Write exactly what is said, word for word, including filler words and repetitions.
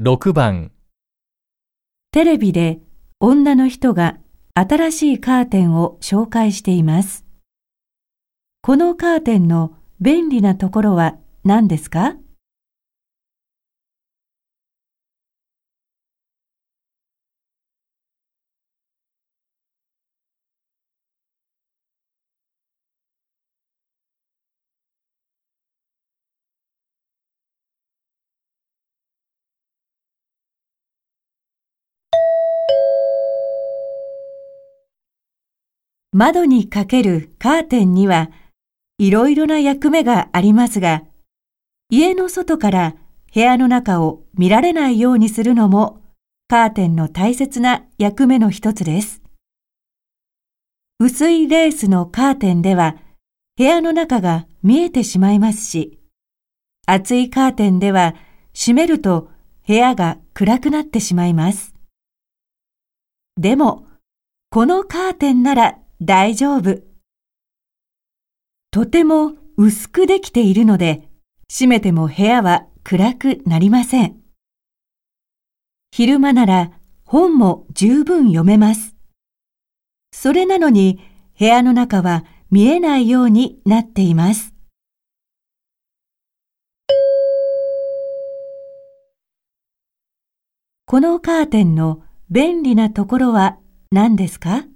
ろくばん、 テレビで女の人が新しいカーテンを紹介しています。このカーテンの便利なところは何ですか？窓にかけるカーテンにはいろいろな役目がありますが、家の外から部屋の中を見られないようにするのもカーテンの大切な役目の一つです。薄いレースのカーテンでは部屋の中が見えてしまいますし、厚いカーテンでは閉めると部屋が暗くなってしまいます。でも、このカーテンなら大丈夫。とても薄くできているので、閉めても部屋は暗くなりません。昼間なら本も十分読めます。それなのに部屋の中は見えないようになっています。このカーテンの便利なところは何ですか？